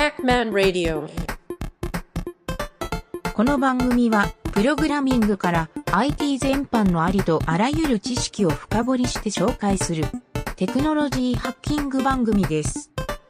Pac-Man Radio。 この番組はプログラミングから IT 全般のありとあらゆる知識を深掘りして紹介するテクノロジーハッキング番組です。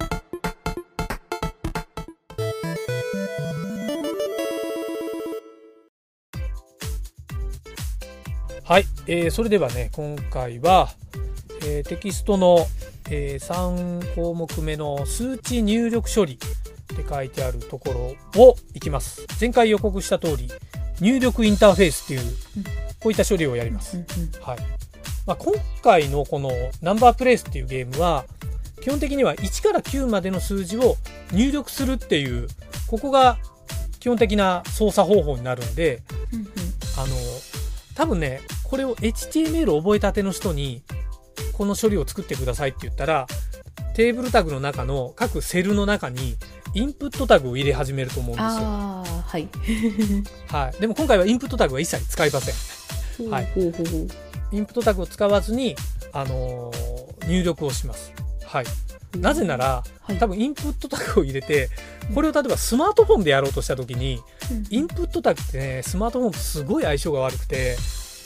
はい、それではね、今回は、テキストの、3項目目の数値入力処理って書いてあるところをいきます。前回予告した通り入力インターフェースっていう、こういった処理をやります。はい。今回のこのナンバープレイスっていうゲームは基本的には1から9までの数字を入力するっていう、ここが基本的な操作方法になるんで、多分ね、これを HTML 覚えたての人にこの処理を作ってくださいって言ったら、テーブルタグの中の各セルの中にインプットタグを入れ始めると思うんですよ。 はい。 はい。でも今回はインプットタグは一切使いません。はい。インプットタグを使わずに、入力をします。はい。なぜなら、多分インプットタグを入れて、これを例えばスマートフォンでやろうとした時に、インプットタグってね、スマートフォンとすごい相性が悪くて、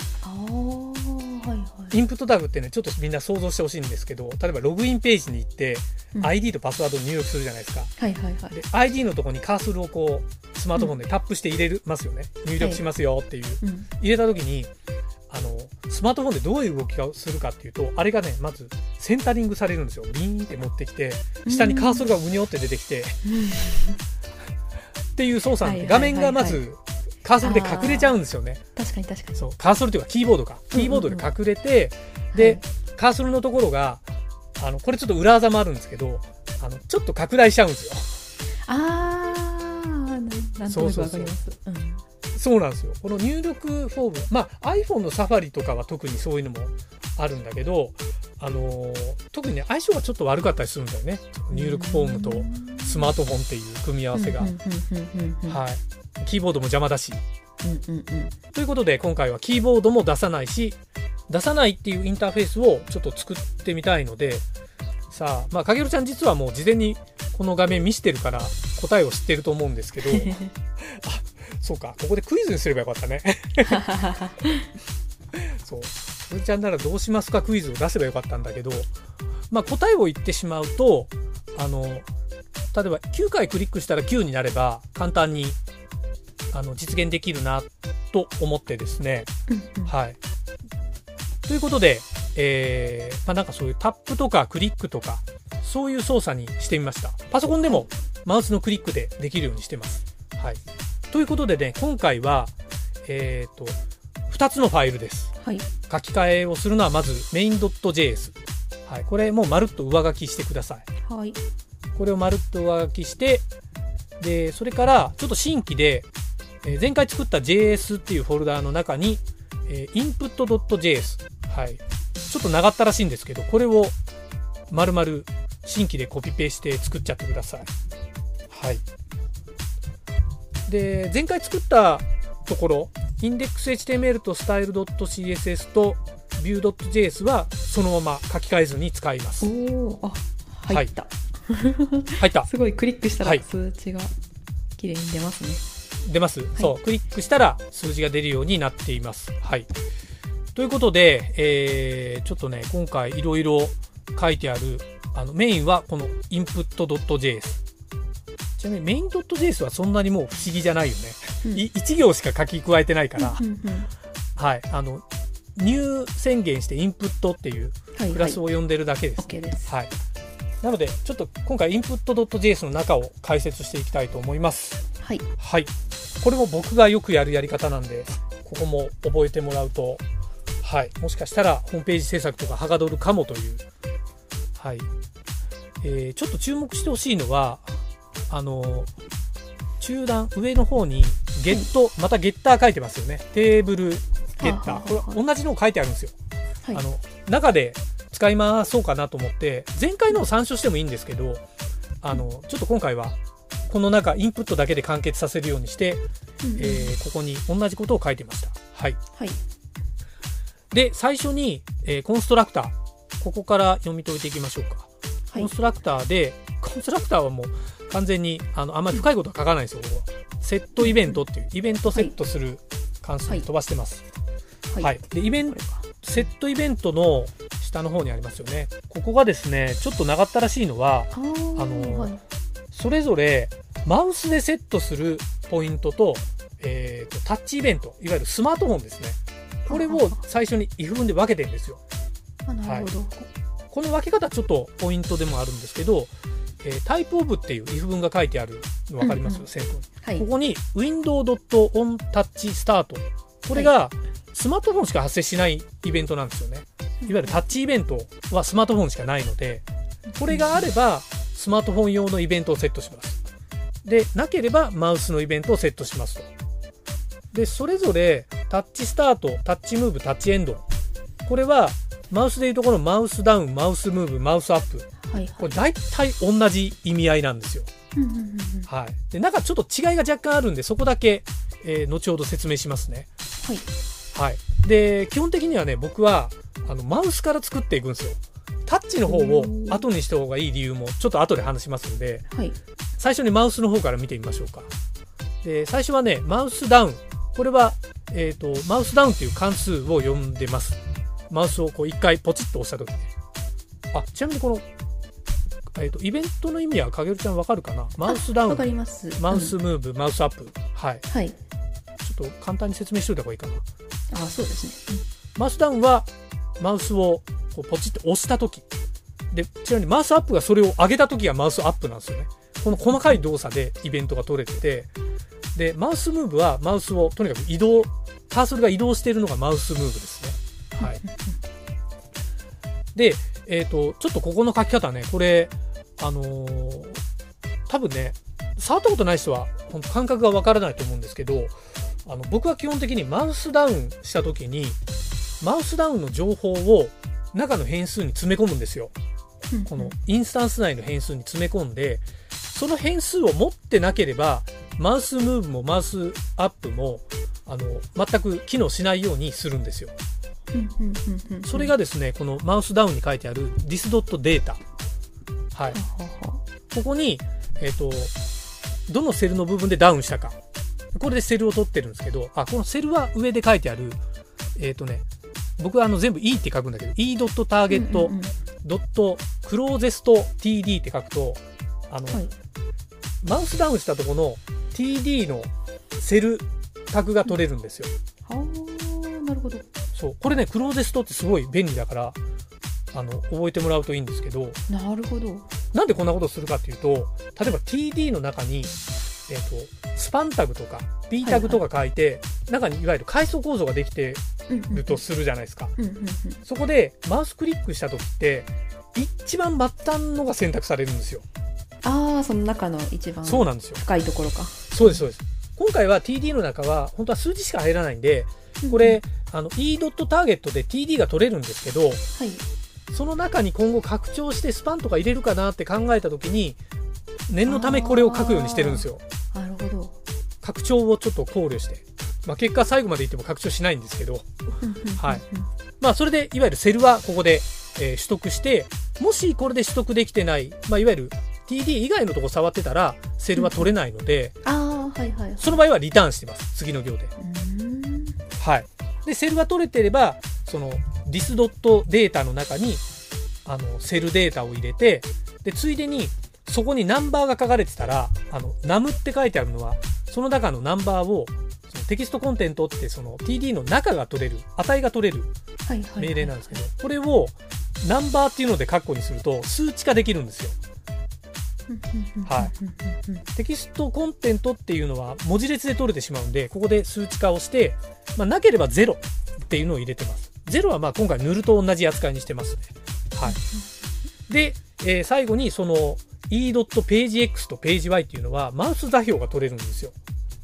インプットタグってね、ちょっとみんな想像してほしいんですけど、例えばログインページに行って、ID とパスワードを入力するじゃないですか。で ID のところにカーソルをこうスマートフォンでタップして入れますよね。入力しますよっていう、入れた時にスマートフォンでどういう動きをするかっていうと、あれがね、まずセンタリングされるんですよ。ビーンって持ってきて、下にカーソルがうにょって出てきてっていう操作なんで、画面がまずカーソルで隠れちゃうんですよね。 確かに。 そう、カーソルというかキーボードで隠れて、で、カーソルのところがこれちょっと裏技もあるんですけど、ちょっと拡大しちゃうんですよ。 なんとなくわかります。 そうなんですよ。この入力フォーム、iPhone のサファリとかは特にそういうのもあるんだけど、特にね、相性がちょっと悪かったりするんだよね。入力フォームとスマートフォンっていう組み合わせが。はい。キーボードも邪魔だし。ということで、今回はキーボードも出さないし、出さないっていうインターフェースをちょっと作ってみたいので、さあ、かげるちゃん実はもう事前にこの画面見してるから答えを知ってると思うんですけど、そうか、ここでクイズにすればよかったね。そう、かげるちゃんならどうしますかクイズを出せばよかったんだけど、答えを言ってしまうと、例えば9回クリックしたら9になれば簡単に実現できるなと思ってですね。はい。ということで、なんかそういうタップとかクリックとかそういう操作にしてみました。パソコンでもマウスのクリックでできるようにしてます。はい。ということでね、今回は2つのファイルです。書き換えをするのはまず main.js。はい。これもうまるっと上書きしてください。これをまるっと上書きして、でそれからちょっと新規で、前回作った JS っていうフォルダーの中に、input.js、はい、ちょっと長ったらしいんですけど、これを丸々新規でコピペして作っちゃってください。はい。で前回作ったところ index.html と style.css と view.js はそのまま書き換えずに使います。 入った、 入った。 すごいクリックしたら数値が綺麗に出ますね。 出ます、そう、クリックしたら数字が出るようになっています。はい。ということで、ちょっとね、今回いろいろ書いてあるメインはこの input.js。ちなみに main.js はそんなにもう不思議じゃないよね。1行しか書き加えてないから、はい、入宣言してインプットっていうクラスを呼んでるだけです。 OK です。 はい。なのでちょっと今回 input.js の中を解説していきたいと思います。はい。はい。これも僕がよくやるやり方なんで、ここも覚えてもらうと、はい、もしかしたらホームページ制作とかはかどるかもという。はい。ちょっと注目してほしいのは、中段上の方にゲット、またゲッター書いてますよね。テーブルゲッター。これ同じのを書いてあるんですよ。はい、中で使い回そうかなと思って、前回のを参照してもいいんですけど、ちょっと今回はこの中インプットだけで完結させるようにして、ここに同じことを書いてました。はい。はい、で最初に、コンストラクター、ここから読み解いていきましょうか。はい、コンストラクターはもう完全にあんまり深いことは書かないんですよ。ここセットイベントっていうイベントセットする関数に飛ばしてます。はいでセットイベントの下の方にありますよね。ここがですねちょっと長ったらしいのはそれぞれマウスでセットするポイントと、タッチイベント、いわゆるスマートフォンですね。これを最初に if 文で分けてるんですよ。 なるほど。 この分け方ちょっとポイントでもあるんですけど、タイプオブっていう if 文が書いてあるの分かります、先頭に、ここに window.onTouchStart これがスマートフォンしか発生しないイベントなんですよね。いわゆるタッチイベントはスマートフォンしかないので、これがあればスマートフォン用のイベントをセットします。でなければマウスのイベントをセットしますと。でそれぞれタッチスタート、タッチムーブ、タッチエンド、これはマウスでいうところのマウスダウン、マウスムーブ、マウスアップ、これ大体同じ意味合いなんですよ。でなんかちょっと違いが若干あるんでそこだけ、後ほど説明しますね。で基本的にはね僕はマウスから作っていくんですよ。タッチの方を後にした方がいい理由もちょっと後で話しますんで、最初にマウスの方から見てみましょうか。で最初はねマウスダウン、これは、マウスダウンっていう関数を呼んでます。マウスをこう一回ポチッと押した時に、ちなみにこの、イベントの意味はかげるちゃんわかるかな。マウスダウン、マウスムーブ、マウスアップ、ちょっと簡単に説明しておいた方がいいかな。 そうですね。 マウスダウンはマウスをこうポチッと押した時で、ちなみにマウスアップがそれを上げた時がマウスアップなんですよね。この細かい動作でイベントが取れてて、でマウスムーブはマウスをとにかくカーソルが移動しているのがマウスムーブですね。で、ちょっとここの書き方ね、これ多分ね触ったことない人は本当感覚がわからないと思うんですけど、僕は基本的にマウスダウンした時にマウスダウンの情報を中の変数に詰め込むんですよ。このインスタンス内の変数に詰め込んで、その変数を持ってなければマウスムーブもマウスアップも全く機能しないようにするんですよ。それがですねこのマウスダウンに書いてある this.data、ここに、どのセルの部分でダウンしたか、これでセルを取ってるんですけど、このセルは上で書いてある僕は全部 E って書くんだけど e.target.closest.td って書くとマウスダウンしたところの TD のセルタグが取れるんですよ。 なるほど。 そうこれねクローゼストってすごい便利だから覚えてもらうといいんですけど。 なるほど。 なんでこんなことするかっていうと、例えば TD の中に、スパンタグとか P タグとか書いて、中にいわゆる階層構造ができてるとするじゃないですか。そこでマウスクリックした時って一番末端のが選択されるんですよ。 その中の一番そうなんですよ。 深いところか。 そうですそうです。今回は TD の中は本当は数字しか入らないんで、これe.target で TD が取れるんですけど、その中に今後拡張してスパンとか入れるかなって考えた時に念のためこれを書くようにしてるんですよ。 なるほど。 拡張をちょっと考慮して、結果最後までいっても拡張しないんですけどそれでいわゆるセルはここで、取得して、もしこれで取得できてない、いわゆる TD 以外のとこ触ってたらセルは取れないので、その場合はリターンしてます。次の行で。でセルが取れてればその this.data の中にセルデータを入れて、でついでにそこにナンバーが書かれてたらnum って書いてあるのはその中のナンバーをそのテキストコンテントってその TD の中が取れる値が取れる命令なんですけど、これをナンバーっていうのでカッコにすると数値化できるんですよ。テキストコンテントっていうのは文字列で取れてしまうんで、ここで数値化をして、なければ0っていうのを入れてます。0は今回ヌルと同じ扱いにしてますね。で、最後にその e.pagex と pagey っていうのはマウス座標が取れるんですよ。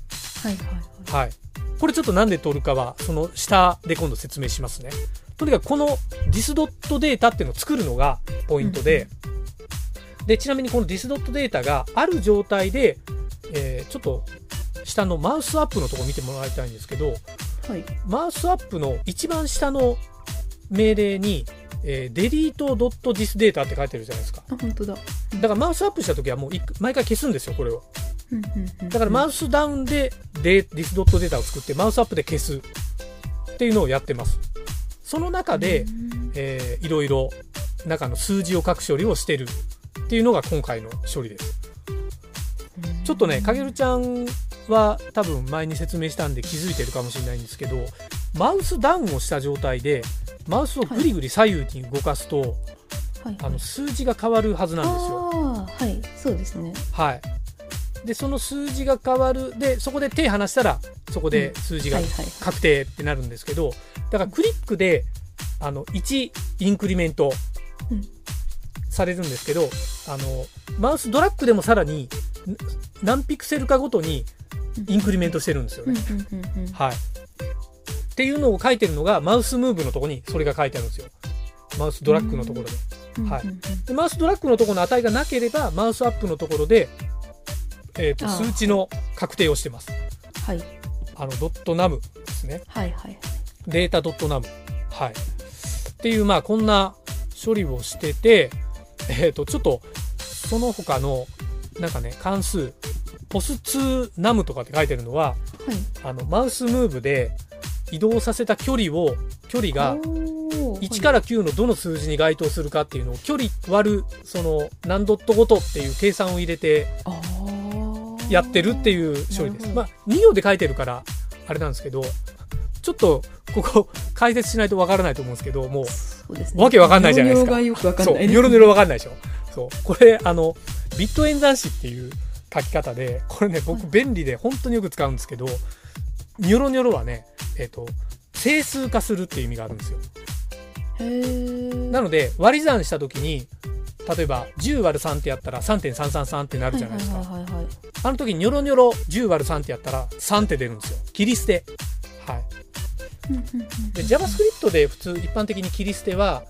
これちょっとなんで取るかはその下で今度説明しますね。とにかくこの this.data っていうのを作るのがポイントで、でちなみにこの this.data がある状態で、ちょっと下のマウスアップのところ見てもらいたいんですけど、マウスアップの一番下の命令に、 デリート .thisData って書いてるじゃないですか。 あ、本当だ。 だからマウスアップした時はもう毎回消すんですよ、これを。 うんうんうん、 だからマウスダウンでthis.data を作ってマウスアップで消すっていうのをやってます。その中で、いろいろ中の数字を書く処理をしてるっていうのが今回の処理です。ちょっとね、かげるちゃんは多分前に説明したんで気づいてるかもしれないんですけど、マウスダウンをした状態でマウスをぐりぐり左右に動かすと、 はいはい、 数字が変わるはずなんですよ。 ああ、はい、そうですね。 はい。でその数字が変わるでそこで手離したらそこで数字が確定ってなるんですけど、だからクリックで1インクリメントされるんですけど、マウスドラッグでもさらに何ピクセルかごとにインクリメントしてるんですよね。はい。っていうのを書いてるのがマウスムーブのところにそれが書いてあるんですよ。マウスドラッグのところで。はい。でマウスドラッグのところの値がなければマウスアップのところで数値の確定をしてます。 はい。 ドットナムですね。 はいはい。 データドットナム。はい。っていうまあこんな処理をしてて、ちょっとその他のなんかね関数ポス2ナムとかって書いてるのは、はい、マウスムーブで移動させた距離が1から9のどの数字に該当するかっていうのを距離割るその何ドットごとっていう計算を入れてやってるっていう処理です。まあ2行で書いてるからあれなんですけど、ちょっとここ解説しないとわからないと思うんですけど、もうわけわかんないじゃないですか。ニョロニョロわかんないでしょ。そうこれビット演算子っていう書き方で、これね僕便利で本当によく使うんですけど、ニョロニョロはね整数化するっていう意味があるんですよ。なので割り算した時に例えば 10÷3 ってやったら 3.333 ってなるじゃないですか。あの時にニョロニョロ 10÷3 ってやったら3って出るんですよ。切り捨て。はい。で JavaScript で普通一般的に切り捨ては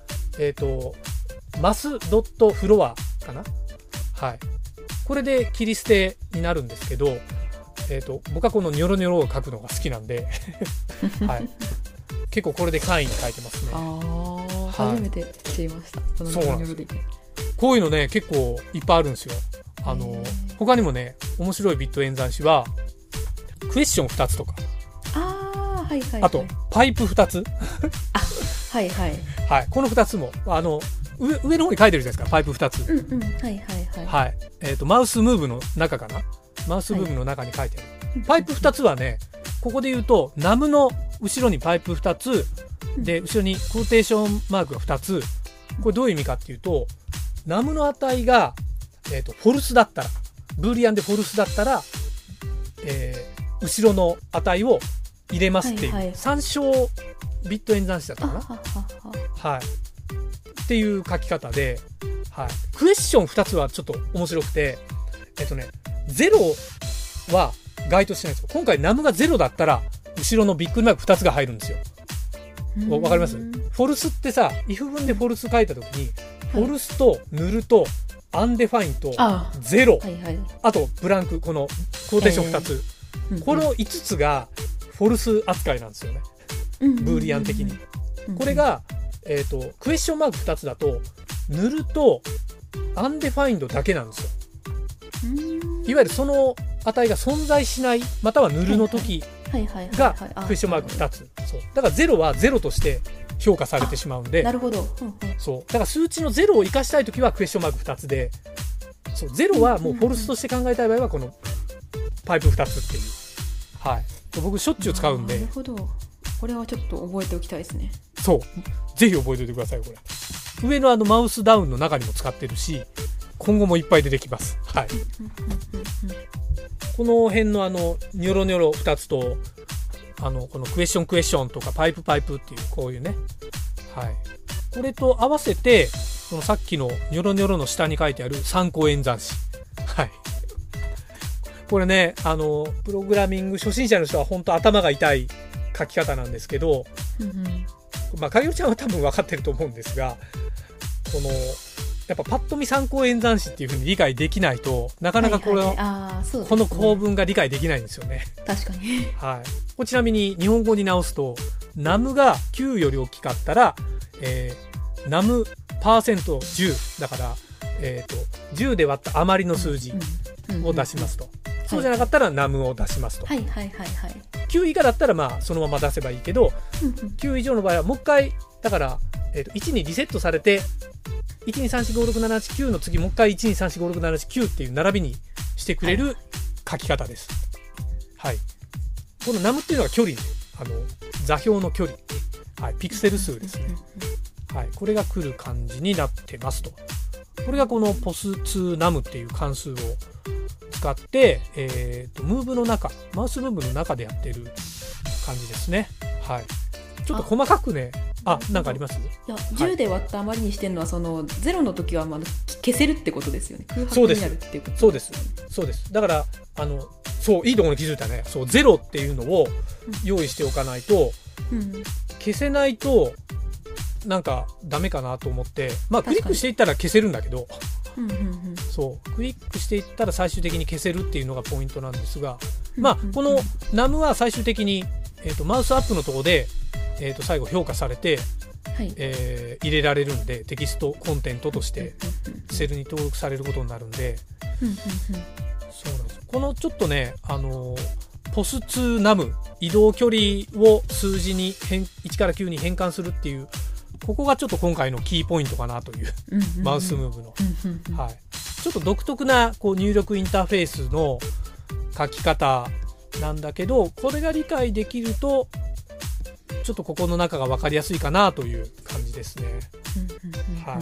mass.floor かな。はい。これで切り捨てになるんですけど、僕はこのニョロニョロを書くのが好きなんで、はい、結構これで簡易に書いてますね。 はい、初めて知りました。 そうなんです。こういうのね結構いっぱいあるんですよ。他にもね面白いビット演算子はクエスチョン2つとか、 はいはいはい、 あとパイプ2つはいはい、 はい、この2つも上の方に書いてるじゃないですか、パイプ2つ。 はいはいはい、 はい。マウスムーブの中かな、マウスムーブの中に書いてある、はい、パイプ2つはねここで言うとナムの後ろにパイプ2つで後ろにクォーテーションマークが2つ。これどういう意味かっていうと、ナムの値が、フォルスだったら、ブーリアンでフォルスだったら、後ろの値を入れますっていう、はいはい、参照ビット演算子だったかな、はい、っていう書き方で、はい、クエスチョン2つはちょっと面白くて、0は該当してないんですよ。今回ナムが0だったら後ろのビッグマーク2つが入るんですよ。わかります？フォルスってさ、if 文でフォルス書いたときに、フォルスとヌルとアンデファインとゼロ、はいはい、あとブランク、このクォーテーション2つ、この5つがフォルス扱いなんですよね、ブーリアン的に。これが、クエスチョンマーク2つだとヌルとアンデファインドだけなんですよ。いわゆるその値が存在しない、またはヌルの時がクエスチョンマーク2つ。そうだから0は0として評価されてしまうんで、 なるほど、 そうだから数値の0を生かしたいときはクエスチョンマーク2つで、そう0はもうフォルスとして考えたい場合はこのパイプ2つっていう、はい、僕しょっちゅう使うんで。 なるほど、これはちょっと覚えておきたいですね。 そうぜひ覚えておいてください。これ上のマウスダウンの中にも使ってるし、今後もいっぱい出てきます。はい。この辺のニョロニョロ2つとこのクエスチョンとかパイプっていうこういうね、はい、これと合わせてそのさっきのニョロニョロの下に書いてある参考演算子、はい、これねプログラミング初心者の人は本当頭が痛い書き方なんですけど、まあかげるちゃんは多分分かってると思うんですが、このやっぱパッと見参考演算子っていう風に理解できないとなかなかこの構文が理解できないんですよね。 確かに、 はい、ちなみに日本語に直すとナムが9より大きかったら、 ナムパーセント10だから、10で割った余りの数字を出しますと、そうじゃなかったらナムを出しますと、 はいはいはいはい。 9以下だったらまあそのまま出せばいいけど、9以上の場合はもう一回だから、1にリセットされて 123456789 の次もう一回 123456789 っていう並びにしてくれる書き方です。はい。このナムっていうのは距離、座標の距離、はい、ピクセル数ですね。はい、これが来る感じになってますと。これがこの pos2num っていう関数を使って、ムーブの中、マウスムーブの中でやってる感じですね。はい。ちょっと細かくね、なんかあります？ いや、10で割った余りにしてるのは、その0の時は消せるってことですよね。空白になるっていうこと。 そうです。そうです。だから、そう、いいところに気づいたね。そう、0っていうのを用意しておかないと、消せないと、なんかダメかなと思って、まあクリックしていったら消せるんだけど、そうクリックしていったら最終的に消せるっていうのがポイントなんですが、まあこの num は最終的に、マウスアップのところで、最後評価されて、入れられるんで、テキストコンテントとしてセルに登録されることになるんで、そうなんです。このちょっとね、pos2num 移動距離を数字に1から9に変換するっていうここがちょっと今回のキーポイントかなというマウスムーブの、はい、ちょっと独特なこう入力インターフェースの書き方なんだけど、これが理解できるとちょっとここの中が分かりやすいかなという感じですね。はい、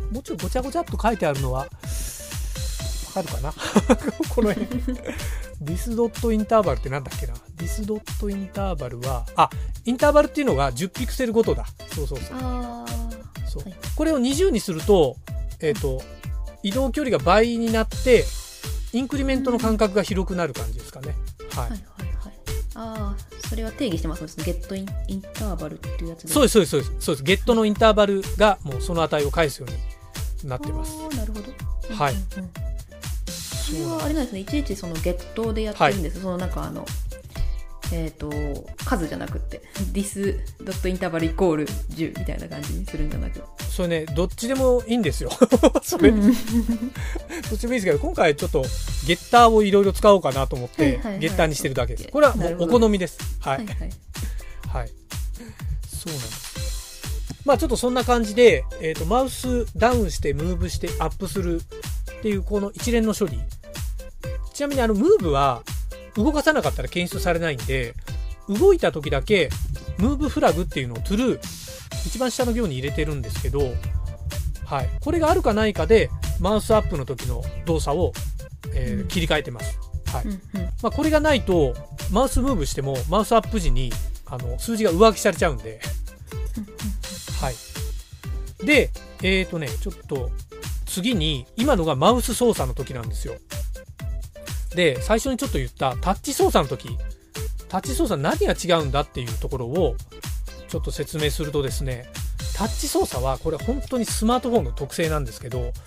もうちょっとごちゃごちゃっと書いてあるのは分かるかなこの辺ディスドットインターバルってなんだっけな。ディスドットインターバルはインターバルっていうのが10ピクセルごとだ。そうそう。そう、はい、これを20にすると、移動距離が倍になってインクリメントの間隔が広くなる感じですかね。はいはいはいはい。それは定義してますね。ゲットインターバルっていうやつで。 そうです。ゲットのインターバルがもうその値を返すようになってます。 なるほど。 はい。 それはあれなんですね。いちいちそのゲットでやってるんです。はい、そのなんか数じゃなくってディスドットインターバルイコール10みたいな感じにするんじゃなく、 それねどっちでもいいんですよそれ、どっちでもいいですけど、今回ちょっとゲッターをいろいろ使おうかなと思って、ゲッターにしてるだけです。これはもうお好みです。はいはい、はい、そうなんです。まあちょっとそんな感じで、マウスダウンしてムーブしてアップするっていうこの一連の処理。ちなみにムーブは動かさなかったら検出されないんで、動いた時だけムーブフラグっていうのをトゥルー一番下の行に入れてるんですけど、はい、これがあるかないかでマウスアップの時の動作を、切り替えてます。はい、まあ、これがないとマウスムーブしてもマウスアップ時に数字が上書きされちゃうんで、はい、でちょっと次に今のがマウス操作の時なんですよ。で最初にちょっと言ったタッチ操作の時、タッチ操作何が違うんだっていうところをちょっと説明するとですね、タッチ操作はこれ本当にスマートフォンの特性なんですけど、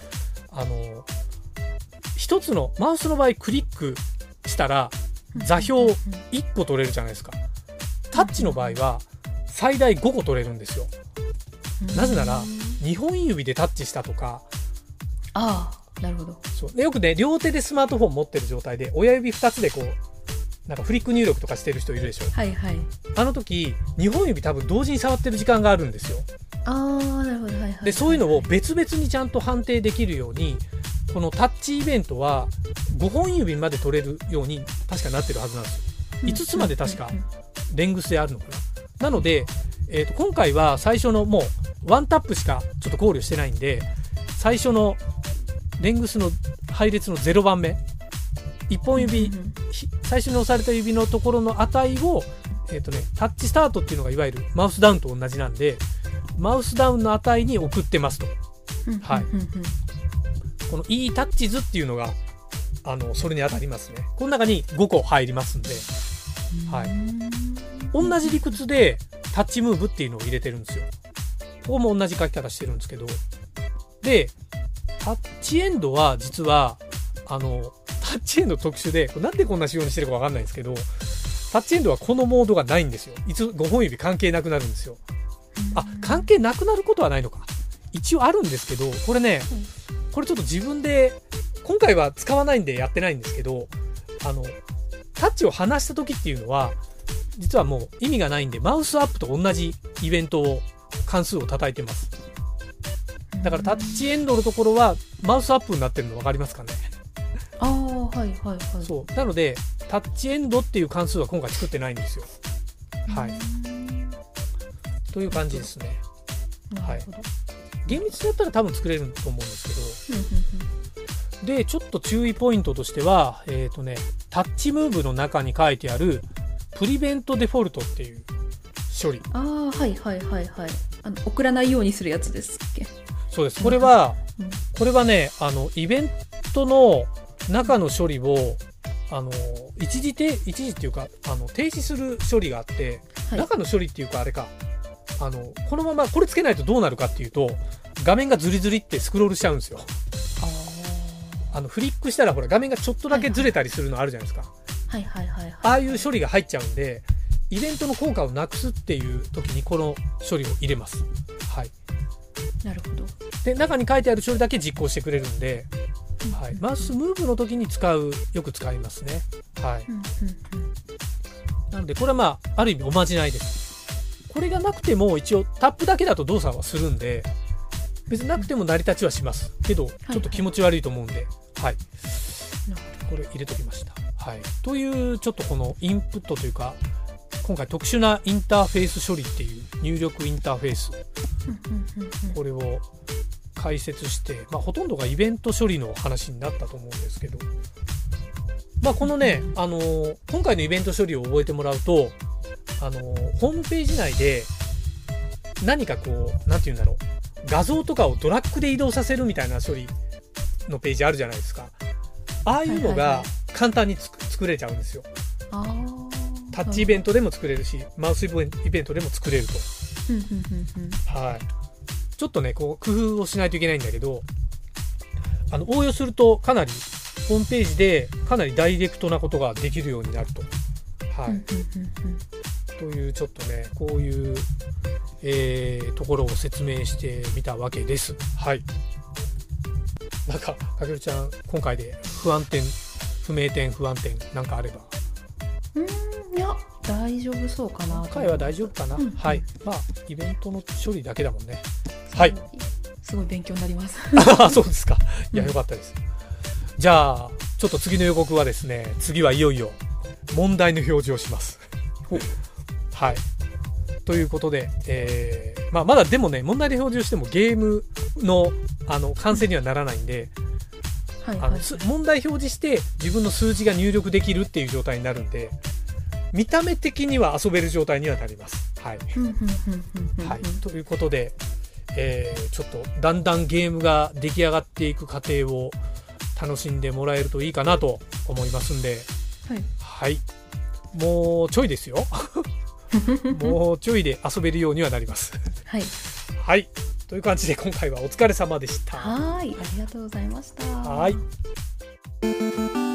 一つのマウスの場合クリックしたら座標1個取れるじゃないですか。タッチの場合は最大5個取れるんですよ。なぜなら2本指でタッチしたとか、 なるほど。 そうでよくね、両手でスマートフォン持ってる状態で親指2つでこうなんかフリック入力とかしてる人いるでしょ。 はいはい。 あの時2本指多分同時に触ってる時間があるんですよ。 なるほど。はいはい。 でそういうのを別々にちゃんと判定できるように、このタッチイベントは5本指まで取れるように確かなってるはずなんですよ。5つまで確かレングスであるのかな。なので、今回は最初のもうワンタップしかちょっと考慮してないんで、最初のレングスの配列の0番目1本指、最初に押された指のところの値を、タッチスタートっていうのがいわゆるマウスダウンと同じなんで、マウスダウンの値に送ってますと、はい、この e タッチズっていうのがそれに当たりますね。この中に5個入りますんで、はい、同じ理屈でタッチムーブっていうのを入れてるんですよ。ここも同じ書き方してるんですけど、でタッチエンドは実はタッチエンド特殊で、なんでこんな仕様にしてるか分かんないんですけど、タッチエンドはこのモードがないんですよ。5本指関係なくなるんですよ。関係なくなることはないのか。 一応あるんですけど、これね、これちょっと自分で今回は使わないんでやってないんですけど、タッチを離した時っていうのは実はもう意味がないんで、マウスアップと同じイベントを関数を叩いてます。だからタッチエンドのところはマウスアップになってるの分かりますかね。 ああ、はいはいはい。 そうなのでタッチエンドっていう関数は今回作ってないんですよ。はい、という感じですね。はい、厳密だったら多分作れると思うんですけど、でちょっと注意ポイントとしては、タッチムーブの中に書いてあるプリベントデフォルトっていう処理。 ああ、はいはいはいはい。送らないようにするやつですっけ。 そうです。これはね、イベントの中の処理を一時っていうか停止する処理があって、はい、中の処理っていうかあれか、このままこれつけないとどうなるかっていうと、画面がズリズリってスクロールしちゃうんですよ。フリックしたらほら画面がちょっとだけずれたりするのあるじゃないですか。はいはいはいはい。ああいう処理が入っちゃうんで、イベントの効果をなくすっていう時にこの処理を入れます。はい。 なるほど。 で中に書いてある処理だけ実行してくれるんで、はい、マウスムーブの時によく使いますね。はい。なのでこれはまあある意味おまじないです。これがなくても一応タップだけだと動作はするんで、別になくても成り立ちはしますけど、ちょっと気持ち悪いと思うんで、はい、これ入れときました。はい、というちょっとこのインプットというか、今回特殊なインターフェース処理っていう入力インターフェース、これを解説して、ほとんどがイベント処理の話になったと思うんですけど、このね、今回のイベント処理を覚えてもらうと、ホームページ内で何かこうなんていうんだろう、画像とかをドラッグで移動させるみたいな処理のページあるじゃないですか。ああいうのが簡単に作れちゃうんですよ。タッチイベントでも作れるし、マウスイベントでも作れると。はい。ちょっとねこう工夫をしないといけないんだけど、応用するとかなりホームページでかなりダイレクトなことができるようになると。はい。というちょっとねこういう、ところを説明してみたわけです。はい。なんかかけるちゃん今回で不安点なんかあれば。 いや大丈夫そうかな。 今回は大丈夫かな。はい。イベントの処理だけだもんね。はい。 すごい勉強になります。 そうですか。いやよかったです。じゃあちょっと次の予告はですね、次はいよいよ問題の表示をします。はい。ということで、まだでもね問題で表示をしてもゲームの完成にはならないんで、問題表示して自分の数字が入力できるっていう状態になるんで、見た目的には遊べる状態にはなります。はい。はい。ということで、ちょっとだんだんゲームが出来上がっていく過程を楽しんでもらえるといいかなと思いますんで、はい。もうちょいですよ。もうちょいで遊べるようにはなります。 はい。 はい。という感じで今回はお疲れ様でした。 はい、ありがとうございました。 はい。